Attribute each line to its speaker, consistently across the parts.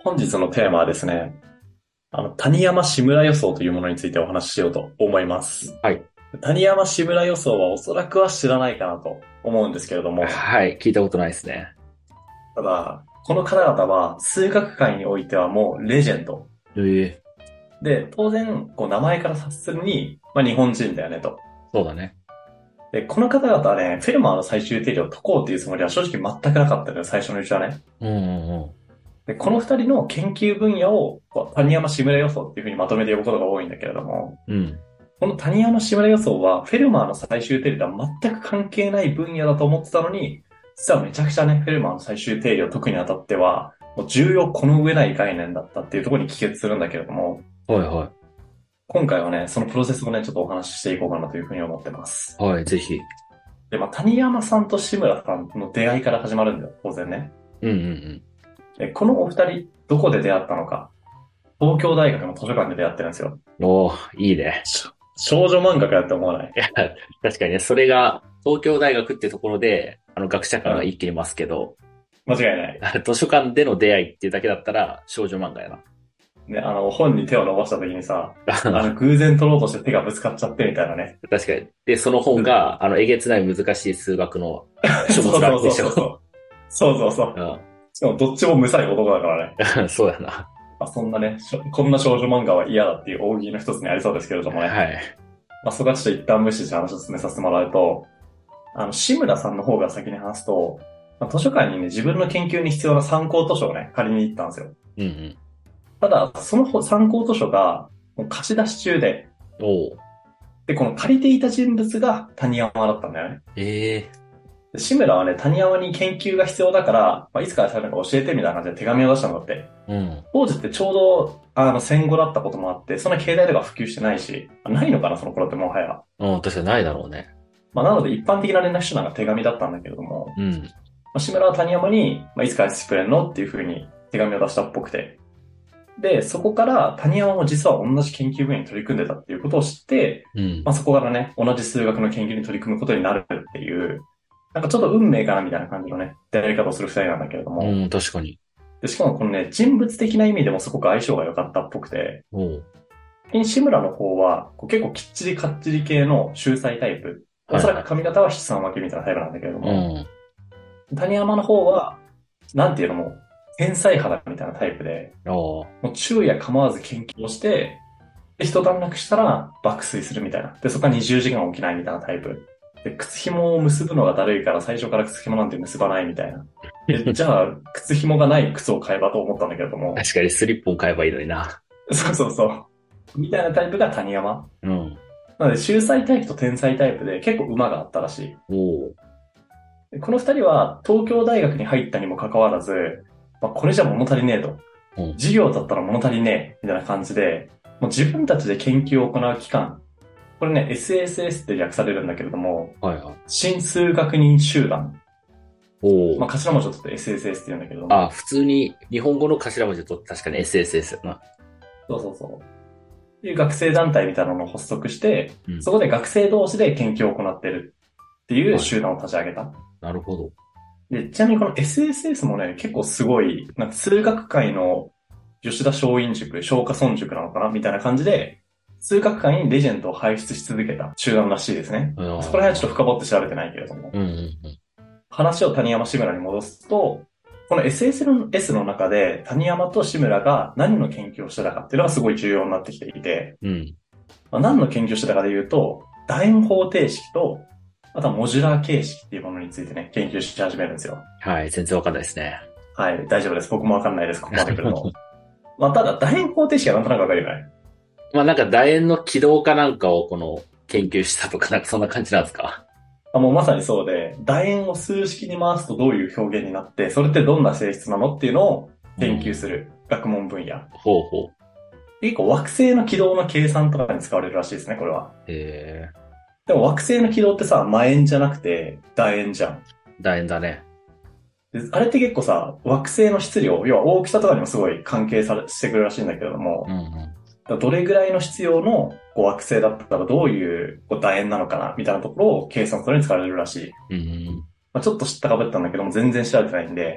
Speaker 1: 本日のテーマはですね、谷山志村予想というものについてお話ししようと思います。
Speaker 2: はい。
Speaker 1: 谷山志村予想はおそらくは知らないかなと思うんですけれども、
Speaker 2: はい。聞いたことないですね。
Speaker 1: ただ、この方々は数学界においてはもうレジェンド。
Speaker 2: ええ、
Speaker 1: で、当然、名前から察するに、日本人だよねと。
Speaker 2: そうだね。
Speaker 1: で、この方々はね、フェルマーの最終定理を解こうっていうつもりは正直全くなかったのよ、最初のうちはね。
Speaker 2: うんうん
Speaker 1: で、この二人の研究分野を谷山志村予想っていうふうにまとめて呼ぶことが多いんだけれども、
Speaker 2: うん。うん。
Speaker 1: この谷山志村予想は、フェルマーの最終定理とは全く関係ない分野だと思ってたのに、実はめちゃくちゃね、フェルマーの最終定理を解くにあたっては、もう重要この上ない概念だったっていうところに帰結するんだけれども、
Speaker 2: はいは
Speaker 1: 今回はね、そのプロセスをね、ちょっとお話ししていこうかなというふうに思ってます。
Speaker 2: い。はい、ぜひ。
Speaker 1: で、谷山さんと志村さんの出会いから始まるんだよ、当然ね。
Speaker 2: うんうん
Speaker 1: で、このお二人、どこで出会ったのか、東京大学の図書館で出会ってるんですよ。
Speaker 2: うん。おー、いいね。
Speaker 1: 少女漫画かやって思わない？
Speaker 2: いや、確かにね、それが、東京大学ってところで、学者
Speaker 1: うん。
Speaker 2: 感が一気に増すけど、
Speaker 1: 間違いない。
Speaker 2: 図書館での出会いっていうだけだったら、少女漫画やな。
Speaker 1: ね、本に手を伸ばした時にさ、偶然取ろうとして手がぶつかっちゃってみたいなね。
Speaker 2: 確かに。で、その本
Speaker 1: で
Speaker 2: が、えげつない難しい数学の書物
Speaker 1: そうそう
Speaker 2: なわけでしょ。
Speaker 1: そうそうそう。そうそうそう。しかもどっちも無才男だからね。
Speaker 2: うん。そうやな。
Speaker 1: そんなね、こんな少女漫画は嫌だっていう大喜利の一つにありそうですけれどもね。
Speaker 2: はい。
Speaker 1: そこはちょっと一旦無視して話を進めさせてもらうと、志村さんの方が先に話すと、図書館にね、自分の研究に必要な参考図書をね、借りに行ったんですよ。
Speaker 2: うんうん。
Speaker 1: ただ、その参考図書が、もう貸し出し中で、
Speaker 2: おー。
Speaker 1: で、この借りていた人物が谷山だったんだよね。
Speaker 2: ええ
Speaker 1: で志村はね、谷山に研究が必要だから、いつからされるのか教えてみたいな感じで手紙を出したんだって。
Speaker 2: ー。うん。
Speaker 1: 当時ってちょうど、戦後だったこともあって、そんな携帯とか普及してないし、ないのかな、その頃ってもはや。
Speaker 2: うん、確かにないだろうね。
Speaker 1: なので一般的な連絡手段が手紙だったんだけれども、
Speaker 2: うん。
Speaker 1: 志村は谷山に、いつからしてくれんのっていう風に手紙を出したっぽくて。で、そこから谷山も実は同じ研究分野に取り組んでたっていうことを知って、
Speaker 2: うん。
Speaker 1: そこからね、同じ数学の研究に取り組むことになるっていう、なんかちょっと運命かなみたいな感じのね、出会い方をする二人なんだけれども、
Speaker 2: うん、確かに。
Speaker 1: で、しかもこのね、人物的な意味でもすごく相性が良かったっぽくて、
Speaker 2: おう。
Speaker 1: 志村の方は、結構きっちりかっちり系の秀才タイプ。おそらく
Speaker 2: はいはい。
Speaker 1: 髪型は七三分けみたいなタイプなんだけれど
Speaker 2: う
Speaker 1: も、
Speaker 2: ん。
Speaker 1: 谷山の方は、なんていうのも、天才肌みたいなタイプで、
Speaker 2: おう。
Speaker 1: もう昼夜構わず研究をして、で、一段落したら爆睡するみたいな。で、そこから20時間起きないみたいなタイプ。で、靴紐を結ぶのがだるいから最初から靴紐なんて結ばないみたいな。じゃあ、靴紐がない靴を買えばと思ったんだけれども、
Speaker 2: 確かにスリッポン買えばいいのにな。
Speaker 1: そうそうそう。みたいなタイプが谷山。
Speaker 2: うん。
Speaker 1: なので、秀才タイプと天才タイプで結構馬があったらしい。
Speaker 2: おう。
Speaker 1: でこの二人は東京大学に入ったにもかかわらず、これじゃ物足りねえと。
Speaker 2: うん。
Speaker 1: 授業だったら物足りねえ、みたいな感じで、もう自分たちで研究を行う機関。これね、SSS って略されるんだけれども、
Speaker 2: はいはい。
Speaker 1: 新数学人集団。
Speaker 2: おう。
Speaker 1: 頭文字を取って SSS って言うんだけれど
Speaker 2: あ、
Speaker 1: も。
Speaker 2: 普通に日本語の頭文字と確かに SSS よな。
Speaker 1: そうそうそう。っていう学生団体みたいなのを発足して、
Speaker 2: うん。
Speaker 1: そこで学生同士で研究を行ってるっていう
Speaker 2: はい。
Speaker 1: 集団を立ち上げた。
Speaker 2: なるほど。
Speaker 1: で、ちなみにこの SSS もね、結構すごい、なんか数学界の吉田松陰塾、松下村塾なのかなみたいな感じで、数学界にレジェンドを輩出し続けた集団らしいですね。
Speaker 2: あ
Speaker 1: そこら辺はちょっと
Speaker 2: あ。
Speaker 1: 深掘って調べてないけれども。
Speaker 2: うんうんうん。
Speaker 1: 話を谷山志村に戻すと、この SSS の中で谷山と志村が何の研究をしてたかっていうのがすごい重要になってきていて、
Speaker 2: うん。
Speaker 1: 何の研究をしてたかで言うと、楕円方程式と、あとはモジュラー形式っていうものについてね、研究し始めるんですよ。
Speaker 2: はい。全然わかんないですね。
Speaker 1: はい、大丈夫です。僕もわかんないです。ここまで来ると。ただ、楕円方程式はなんとなくわかるよね。
Speaker 2: まあなんか楕円の軌道かなんかを研究したとかなんかそんな感じなんですか？
Speaker 1: もうまさにそうで、楕円を数式に回すとどういう表現になって、それってどんな性質なのっていうのを研究
Speaker 2: うん。
Speaker 1: する学問分野。
Speaker 2: ほうほ
Speaker 1: 結構惑星の軌道の計算とかに使われるらしいですね、これは。
Speaker 2: う。へえ。
Speaker 1: でも惑星の軌道ってさ、楕円じゃなくて楕円じゃん。
Speaker 2: 楕円だね。
Speaker 1: であれって結構さ、惑星の質量、要は大きさとかにもすごい関係してくるらしいんだけれども、
Speaker 2: うんうん。
Speaker 1: どれぐらいの質量の惑星だったらどういう楕円なのかなみたいなところを計算するのに使われるらしい。
Speaker 2: うん。
Speaker 1: ちょっと知ったかぶったんだけども全然調べてないんで、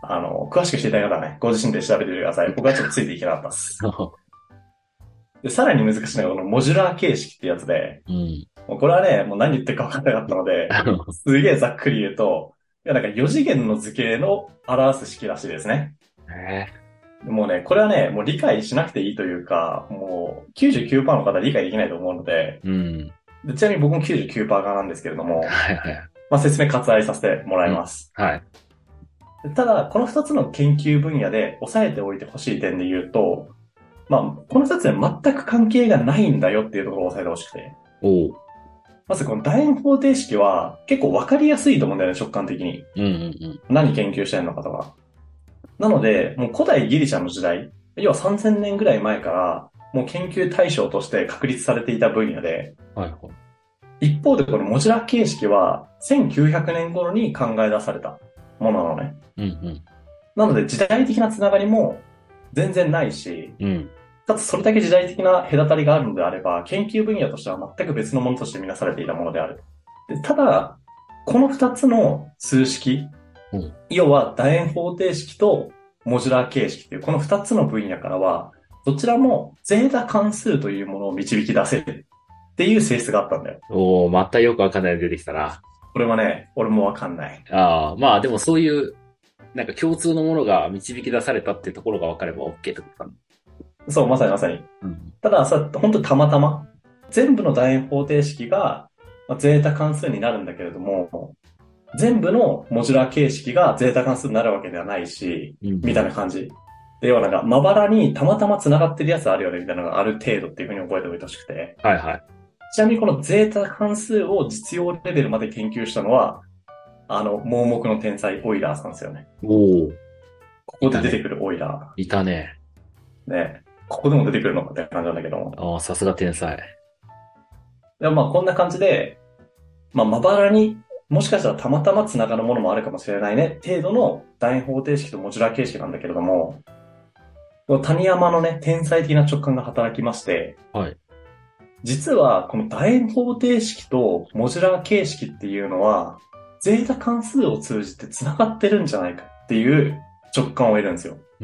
Speaker 1: 詳しく知りたい方はね、ご自身で調べてみてください。僕はちょっとついていけなかったです。で、さらに難しいのがこのモジュラー形式ってやつで、
Speaker 2: うん。
Speaker 1: もうこれはね、もう何言ってるか分からなかったので、すげえざっくり言うと、いやなんか4次元の図形の表す式らしいですね。もうね、これはね、もう理解しなくていいというか、もう99%の方は理解できないと思うので、
Speaker 2: うん。
Speaker 1: でちなみに僕も99%側なんですけれども、
Speaker 2: はいはい。
Speaker 1: まあ説明割愛させてもらいます。
Speaker 2: はい。
Speaker 1: ただ、この2つの研究分野で押さえておいてほしい点で言うと、まあ、この2つで全く関係がないんだよっていうところを押さえてほしくて。
Speaker 2: おう。
Speaker 1: まずこの楕円方程式は結構わかりやすいと思うんだよね、直感的に。
Speaker 2: うんうん
Speaker 1: 何研究してんのかとか。なので、もう古代ギリシャの時代、要は3000年ぐらい前から、もう研究対象として確立されていた分野で、
Speaker 2: うん。はいはい。
Speaker 1: 一方でこのモジュラ形式は1900年頃に考え出されたものなのね。
Speaker 2: うん
Speaker 1: なので時代的なつながりも全然ないし、
Speaker 2: うん。うん。
Speaker 1: かつそれだけ時代的な隔たりがあるのであれば、研究分野としては全く別のものとして見なされていたものである。でただ、この二つの数式、
Speaker 2: うん。
Speaker 1: 要は楕円方程式とモジュラー形式というこの二つの分野からは、どちらもゼータ関数というものを導き出せるっていう性質があったんだよ。
Speaker 2: おー、またよくわかんないの出てきたな。
Speaker 1: これはね、俺もわかんない。
Speaker 2: ああ、まあでもそういう、なんか共通のものが導き出されたっていうところがわかれば OK ってことかな。
Speaker 1: そう、まさにまさに。
Speaker 2: うん。
Speaker 1: たださ、本当たまたま、全部の楕円方程式がゼータ関数になるんだけれども、全部のモジュラー形式がゼータ関数になるわけではないし、
Speaker 2: うん。
Speaker 1: みたいな感じ。で、要はなんか、まばらにたまたま繋がってるやつあるよね、みたいなのがある程度っていうふうに覚えておいてほしくて。
Speaker 2: はいはい。
Speaker 1: ちなみにこのゼータ関数を実用レベルまで研究したのは、盲目の天才オイラーさんですよね。
Speaker 2: おー、
Speaker 1: こ
Speaker 2: いたね。
Speaker 1: こで出てくるオイラ
Speaker 2: いたね。
Speaker 1: ー。ね。ここでも出てくるのかって感じなんだけども。
Speaker 2: ああ、さすが天才。
Speaker 1: でもまあこんな感じで、まあまばらにもしかしたらたまたま繋がるものもあるかもしれないね、程度の楕円方程式とモジュラー形式なんだけれども、谷山のね、天才的な直感が働きまして、
Speaker 2: はい。
Speaker 1: 実はこの楕円方程式とモジュラー形式っていうのは、ゼータ関数を通じて繋がってるんじゃないかっていう直感を得るんですよ。
Speaker 2: うん。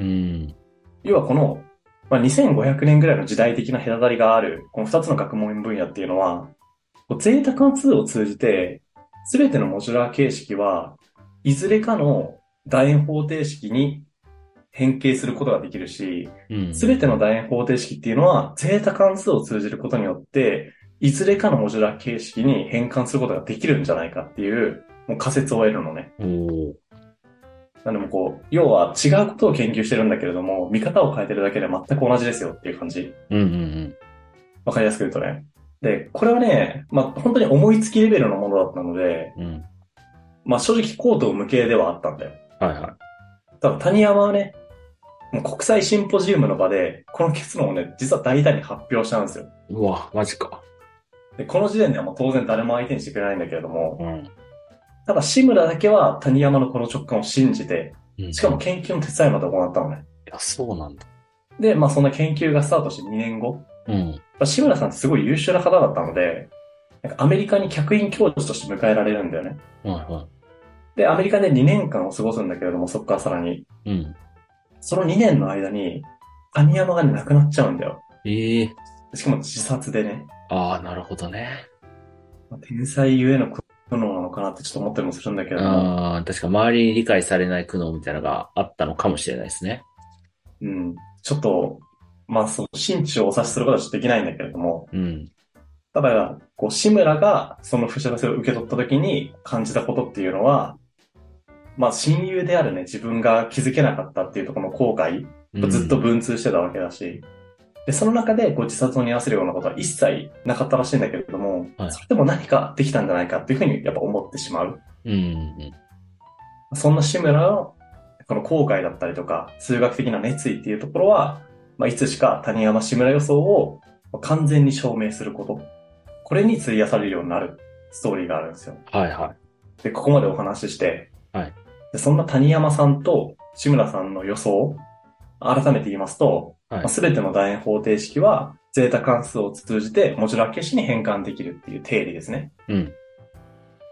Speaker 1: 要はこの、2500年ぐらいの時代的な隔たりがある、この2つの学問分野っていうのは、ゼータ関数を通じて、すべてのモジュラー形式は、いずれかの楕円方程式に変形することができるし、
Speaker 2: うん。
Speaker 1: すべての楕円方程式っていうのは、ゼータ関数を通じることによって、いずれかのモジュラー形式に変換することができるんじゃないかっていう、もう仮説を得るのね。
Speaker 2: おー。
Speaker 1: なんでもこう、要は違うことを研究してるんだけれども、見方を変えてるだけで全く同じですよっていう感じ。
Speaker 2: うんうん
Speaker 1: わかりやすく言うとね。で、これはね、本当に思いつきレベルのものだったので、
Speaker 2: うん。うん。
Speaker 1: 正直コート無形ではあったんだよ。
Speaker 2: はいは
Speaker 1: ただ谷山はね、もう国際シンポジウムの場で、この結論をね、実は大胆に発表したんですよ。
Speaker 2: い。うわ、マジか。
Speaker 1: で、この時点ではもう当然誰も相手にしてくれないんだけれども、
Speaker 2: うん。
Speaker 1: ただ志村だけは谷山のこの直感を信じて、
Speaker 2: うん。
Speaker 1: しかも研究の手伝いまで行ったのね。
Speaker 2: いや、そうなんだ。
Speaker 1: で、そんな研究がスタートして2年後、
Speaker 2: うん。
Speaker 1: 志村さんってすごい優秀な方だったので、なんかアメリカに客員教授として迎えられるんだよね。
Speaker 2: はいは
Speaker 1: で、アメリカで2年間を過ごすんだけれども、そこからさらに。
Speaker 2: い。うん。
Speaker 1: その2年の間に、谷山がね、亡くなっちゃうんだよ。
Speaker 2: ええ。
Speaker 1: しかも自殺でね。
Speaker 2: ああ、なるほどね。
Speaker 1: 天才ゆえの苦悩なのかなってちょっと思ったりもするんだけれども。
Speaker 2: ああ、確か周りに理解されない苦悩みたいなのがあったのかもしれないですね。
Speaker 1: うん。ちょっと、その心中をお察しすることはちょっとできないんだけれども。
Speaker 2: うん。
Speaker 1: ただ、こう、志村がその不知らせを受け取った時に感じたことっていうのは、親友であるね、自分が気づけなかったっていうところの後悔、
Speaker 2: うん。
Speaker 1: ずっと文通してたわけだし、で、その中で自殺を匂わせるようなことは一切なかったらしいんだけれども、
Speaker 2: はい。
Speaker 1: それでも何かできたんじゃないかっていうふうにやっぱ思ってしまう。
Speaker 2: うん。
Speaker 1: そんな志村のこの後悔だったりとか、数学的な熱意っていうところは、いつしか谷山志村予想を完全に証明すること。これに費やされるようになるストーリーがあるんですよ。
Speaker 2: はいは
Speaker 1: で、ここまでお話しして、
Speaker 2: はい。
Speaker 1: でそんな谷山さんと志村さんの予想、改めて言いますと、
Speaker 2: はい。
Speaker 1: すべての楕円方程式は、ゼータ関数を通じてモジュラー形式に変換できるっていう定理ですね。
Speaker 2: うん。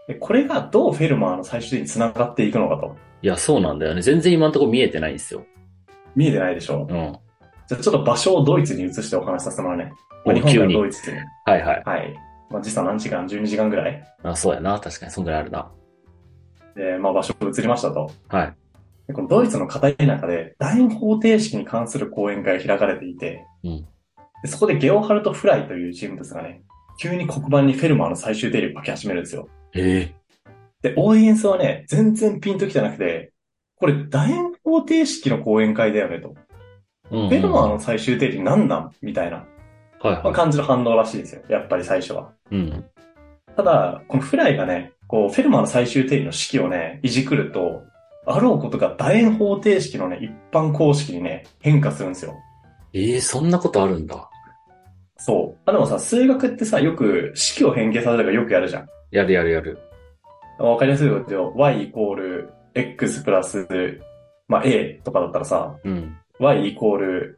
Speaker 1: で、これがどうフェルマーの最終的に繋がっていくのかと。
Speaker 2: いや、そうなんだよね。全然今のところ見えてないんですよ。
Speaker 1: 見えてないでしょ？
Speaker 2: うん。
Speaker 1: じゃあちょっと場所をドイツに移してお話しさせてもらうね。まあ、日本からド
Speaker 2: 急に。
Speaker 1: イツに。
Speaker 2: はいはい。
Speaker 1: はい。まあ、時差何時間？ 12 時間ぐらい
Speaker 2: あ、そうやな。確かに、そんぐらいあるな。
Speaker 1: で、まあ場所移りましたと。
Speaker 2: はい。
Speaker 1: で、このドイツの片田舎で楕円方程式に関する講演会が開かれていて、
Speaker 2: うん。
Speaker 1: でそこでゲオハルト・フライという人物がね、急に黒板にフェルマーの最終定理を書き始めるんですよ。
Speaker 2: ええ。
Speaker 1: で、オーディエンスはね、全然ピンときてなくて、これ楕円方程式の講演会だよねと。
Speaker 2: うんう
Speaker 1: フェルマー
Speaker 2: んうん。
Speaker 1: の最終定理何なんみたいな、まあ、
Speaker 2: はいは
Speaker 1: 感じの反応らしいですよ。やっぱり最初は。
Speaker 2: い。うん。
Speaker 1: ただ、このフライがね、こう、フェルマーの最終定理の式をね、いじくると、あろうことが楕円方程式のね、一般公式にね、変化するんですよ。
Speaker 2: ええ、そんなことあるんだ。
Speaker 1: そう。あ、でもさ、数学ってさ、よく式を変形させるからよくやるじゃん。
Speaker 2: やるやるやる。
Speaker 1: わかりやすいこと言うと、y イコール x プラス、まあ、a とかだったらさ、
Speaker 2: うん。
Speaker 1: y イコール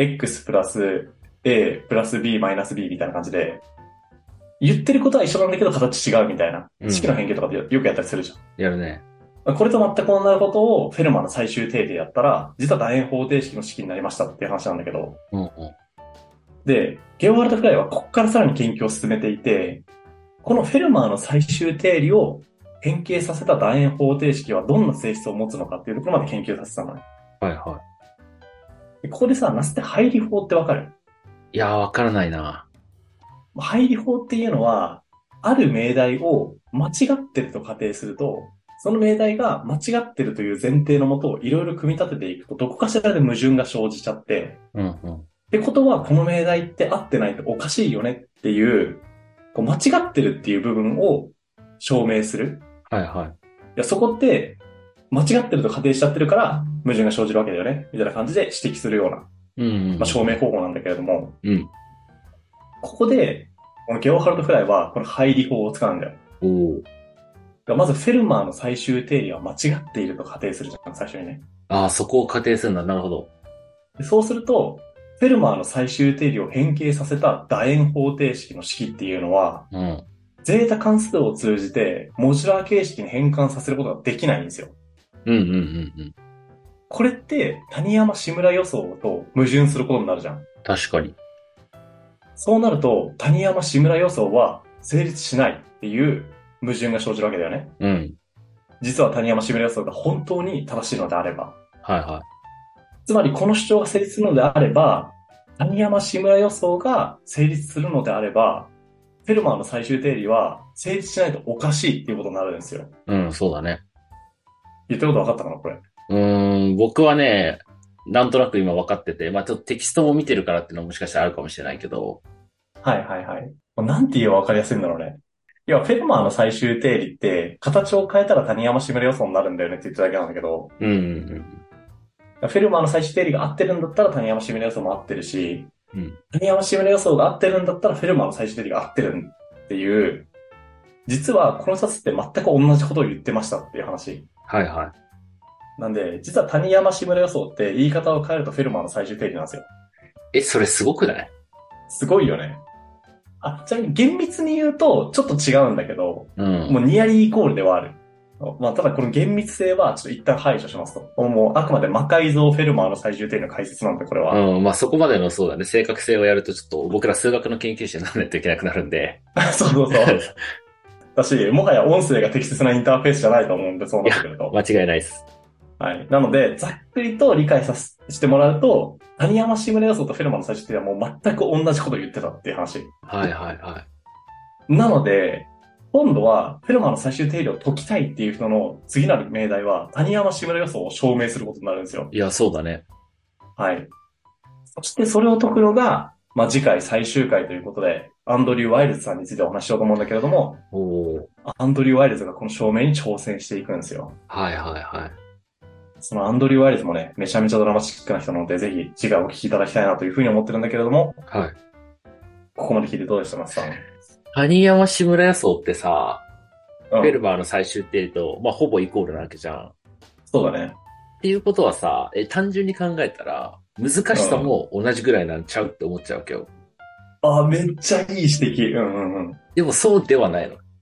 Speaker 1: x プラス a プラス b マイナス b みたいな感じで、言ってることは一緒なんだけど形違うみたいな。
Speaker 2: うん。
Speaker 1: 式の変形とかでよくやったりするじゃん。
Speaker 2: やるね。
Speaker 1: これと全く同じことをフェルマーの最終定理でやったら、実は楕円方程式の式になりましたっていう話なんだけど、
Speaker 2: うんうん。
Speaker 1: で、ゲオワルト・フライはここからさらに研究を進めていて、このフェルマーの最終定理を変形させた楕円方程式はどんな性質を持つのかっていうところまで研究させたのね。
Speaker 2: はいは
Speaker 1: でここでさ、なぜって配理法ってわかる？
Speaker 2: い。いやー、わからないな。
Speaker 1: 配理法っていうのは、ある命題を間違ってると仮定すると、その命題が間違ってるという前提のもとをいろいろ組み立てていくと、どこかしらで矛盾が生じちゃって、
Speaker 2: うんうん。
Speaker 1: ってことは、この命題って合ってないとおかしいよねっていう、こう間違ってるっていう部分を証明する。
Speaker 2: はいはい。
Speaker 1: いや、そこって、間違ってると仮定しちゃってるから、矛盾が生じるわけだよね。みたいな感じで指摘するような、
Speaker 2: うんうんうん。
Speaker 1: まあ、証明方法なんだけれども、
Speaker 2: うん。
Speaker 1: ここで、このゲオハルト・フライは、この配理法を使うんだよ。
Speaker 2: おお。
Speaker 1: まず、フェルマーの最終定理は間違っていると仮定するじゃん、最初にね。
Speaker 2: ああ、そこを仮定するんだ。なるほど。
Speaker 1: でそうすると、フェルマーの最終定理を変形させた楕円方程式の式っていうのは、
Speaker 2: うん。
Speaker 1: ゼータ関数を通じて、モジュラー形式に変換させることができないんですよ。
Speaker 2: うんうんうんうん。
Speaker 1: これって、谷山志村予想と矛盾することになるじゃん。
Speaker 2: 確かに。
Speaker 1: そうなると、谷山志村予想は成立しないっていう矛盾が生じるわけだよね。
Speaker 2: うん。
Speaker 1: 実は谷山志村予想が本当に正しいのであれば。
Speaker 2: はいは
Speaker 1: つまりこの主張が成立するのであれば、谷山志村予想が成立するのであれば、フェルマーの最終定理は成立しないとおかしいっていうことになるんですよ。
Speaker 2: い。うん、そうだね。
Speaker 1: 言ってること分かったかなこれ。
Speaker 2: 僕はね、なんとなく今分かってて、まあちょっとテキストも見てるからっていうのはもしかしたらあるかもしれないけど、
Speaker 1: はいはいはい。なんて言えば分かりやすいんだろうね。要はフェルマーの最終定理って、形を変えたら谷山志村予想になるんだよねって言っただけなんだけど、
Speaker 2: うんうん
Speaker 1: フェルマーの最終定理が合ってるんだったら谷山志村予想も合ってるし、
Speaker 2: うん。うん。
Speaker 1: 谷山志村予想が合ってるんだったらフェルマーの最終定理が合ってるっていう、実はこの2つって全く同じことを言ってましたっていう話。
Speaker 2: はいは
Speaker 1: なんで、実は谷山志村予想って言い方を変えるとフェルマーの最終定理なんですよ。
Speaker 2: い。それすごくない？
Speaker 1: すごいよね。あ、ちなみに厳密に言うとちょっと違うんだけど、
Speaker 2: うん。
Speaker 1: もうニアリーイコールではある。まあ、ただこの厳密性はちょっと一旦排除しますと。もうあくまで魔改造フェルマーの最終定理の解説なんで、これは。
Speaker 2: うん。まあそこまでのそうだね。正確性をやるとちょっと僕ら数学の研究者にならないといけなくなるんで。
Speaker 1: そうそうそう。だし、もはや音声が適切なインターフェースじゃないと思うんで、そう
Speaker 2: いや、
Speaker 1: なってくると。
Speaker 2: 間違いないです。
Speaker 1: はい。なので、ざっくりと理解してもらうと、谷山志村予想とフェルマーの最終定理はもう全く同じことを言ってたっていう話。
Speaker 2: はいはいは
Speaker 1: なので、今度は、フェルマーの最終定理を解きたいっていう人の次なる命題は、谷山志村予想を証明することになるんですよ。
Speaker 2: い。いや、そうだね。
Speaker 1: はい。そしてそれを解くのが、まあ、次回最終回ということで、アンドリュー・ワイルズさんについてお話ししようと思うんだけれども、
Speaker 2: おー。
Speaker 1: アンドリュー・ワイルズがこの証明に挑戦していくんですよ。
Speaker 2: はいはいはい。
Speaker 1: そのアンドリュー・ワイルズもね、めちゃめちゃドラマチックな人なので、ぜひ次回お聞きいただきたいなというふうに思ってるんだけれども、
Speaker 2: はい。
Speaker 1: ここまで聞いてどうでした、松さん。
Speaker 2: 谷山志村予想ってさ、
Speaker 1: うん。
Speaker 2: フェルマーの最終定理と、まあほぼイコールなわけじゃん。っ
Speaker 1: そうだね。
Speaker 2: ていうことはさ、単純に考えたら、難しさ
Speaker 1: うん。
Speaker 2: も同じぐらいなんちゃうって思っちゃうわけよ。
Speaker 1: あ、めっちゃいい指摘。うんうんうん。
Speaker 2: でもそうではないの。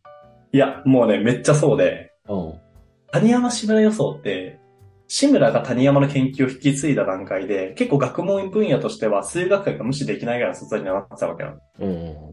Speaker 1: いや、もうね、めっちゃそうで、
Speaker 2: うん。
Speaker 1: 谷山志村予想って、志村が谷山の研究を引き継いだ段階で、結構学問分野としては数学界が無視できないぐらいの存在になってたわけよ。
Speaker 2: うん。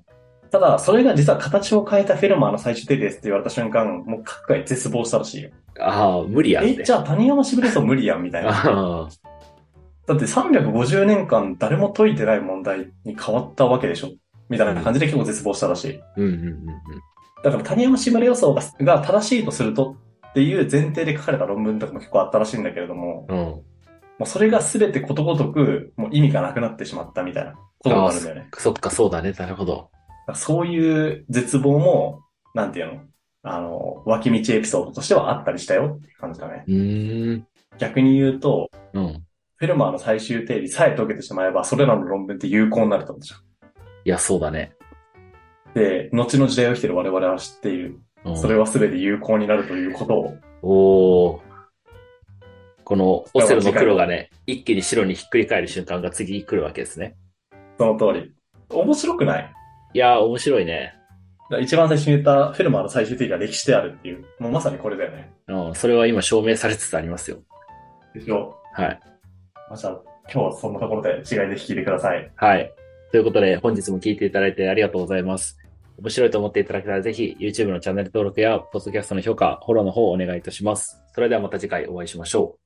Speaker 1: ただ、それが実は形を変えたフェルマーの最終定理ですって言われた瞬間、もう各界絶望したらしいよ。
Speaker 2: ああ、無理やっ
Speaker 1: じ
Speaker 2: て。
Speaker 1: ゃあ谷山志村予想無理やんみたいな。
Speaker 2: ああ、
Speaker 1: だって350年間誰も解いてない問題に変わったわけでしょみたいな感
Speaker 2: うん。
Speaker 1: じで結構絶望したらしい。
Speaker 2: うん、うん、うん。
Speaker 1: だから谷山志村予想が正しいとするとっていう前提で書かれた論文とかも結構あったらしいんだけれども、
Speaker 2: うん。
Speaker 1: もうそれが全てことごとくもう意味がなくなってしまったみたいなことに
Speaker 2: ああ、
Speaker 1: なるんだよね。
Speaker 2: そっか、そうだね。なるほど。
Speaker 1: だからそういう絶望も、なんていうの脇道エピソードとしてはあったりしたよっていう感じだね。
Speaker 2: うーん。
Speaker 1: 逆に言うと、
Speaker 2: うん。
Speaker 1: フェルマーの最終定理さえ解けてしまえば、それらの論文って有効になるってことじゃん。
Speaker 2: いや、そうだね。
Speaker 1: で、後の時代を生きている我々は知っている。
Speaker 2: うん。
Speaker 1: それは全て有効になるということを、
Speaker 2: おー。このオセロの
Speaker 1: 次回の、
Speaker 2: 黒がね、一気に白にひっくり返る瞬間が次来るわけですね。
Speaker 1: その通り。面白くない？
Speaker 2: いやー、面白いね。
Speaker 1: 一番最初に言ったフェルマーの最終定理は歴史であるっていう、もうまさにこれだよね。
Speaker 2: うん。それは今証明されつつありますよ。
Speaker 1: でしょ。
Speaker 2: はい。
Speaker 1: じゃあ、今日はそんなところで違いぜひ聞いてください。
Speaker 2: はい。ということで、本日も聞いていただいてありがとうございます。面白いと思っていただけたらぜひ YouTube のチャンネル登録や Podcast の評価、フォローの方をお願いいたします。それではまた次回お会いしましょう。